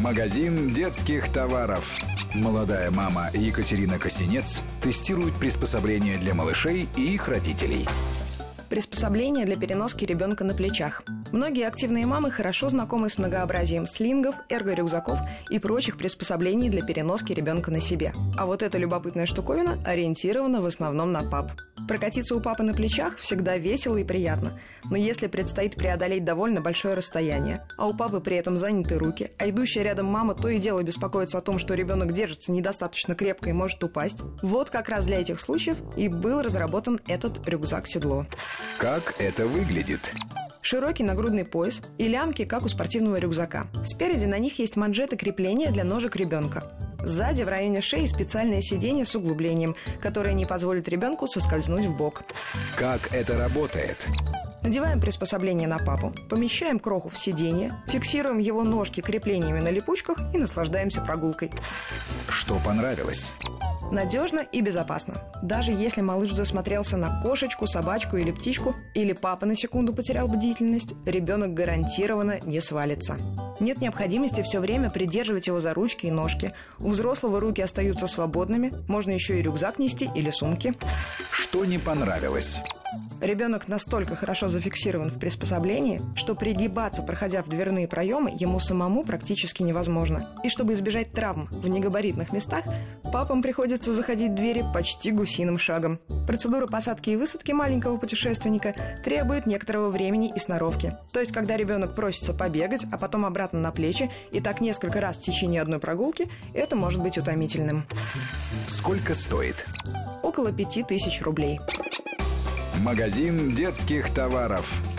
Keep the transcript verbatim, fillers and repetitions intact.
Магазин детских товаров. Молодая мама Екатерина Косинец тестирует приспособления для малышей и их родителей. Приспособление для переноски ребенка на плечах. Многие активные мамы хорошо знакомы с многообразием слингов, эрго-рюкзаков и прочих приспособлений для переноски ребенка на себе. А вот эта любопытная штуковина ориентирована в основном на пап. Прокатиться у папы на плечах всегда весело и приятно. Но если предстоит преодолеть довольно большое расстояние, а у папы при этом заняты руки, а идущая рядом мама то и дело беспокоится о том, что ребенок держится недостаточно крепко и может упасть, вот как раз для этих случаев и был разработан этот рюкзак-седло. Как это выглядит? Широкий нагрудный пояс и лямки, как у спортивного рюкзака. Спереди на них есть манжеты крепления для ножек ребенка. Сзади в районе шеи специальное сиденье с углублением, которое не позволит ребенку соскользнуть в бок. Как это работает? Надеваем приспособление на папу, помещаем кроху в сиденье, фиксируем его ножки креплениями на липучках и наслаждаемся прогулкой. Что понравилось? Надежно и безопасно. Даже если малыш засмотрелся на кошечку, собачку или птичку, или папа на секунду потерял бдительность, ребенок гарантированно не свалится. Нет необходимости все время придерживать его за ручки и ножки. У взрослого руки остаются свободными, можно еще и рюкзак нести или сумки. Что не понравилось? Ребенок настолько хорошо зафиксирован в приспособлении, что пригибаться, проходя в дверные проемы, ему самому практически невозможно. И чтобы избежать травм в негабаритных местах, папам приходится заходить в двери почти гусиным шагом. Процедура посадки и высадки маленького путешественника требует некоторого времени и сноровки. То есть, когда ребенок просится побегать, а потом обратно на плечи, и так несколько раз в течение одной прогулки, это может быть утомительным. Сколько стоит? Около пяти тысяч рублей. Магазин детских товаров.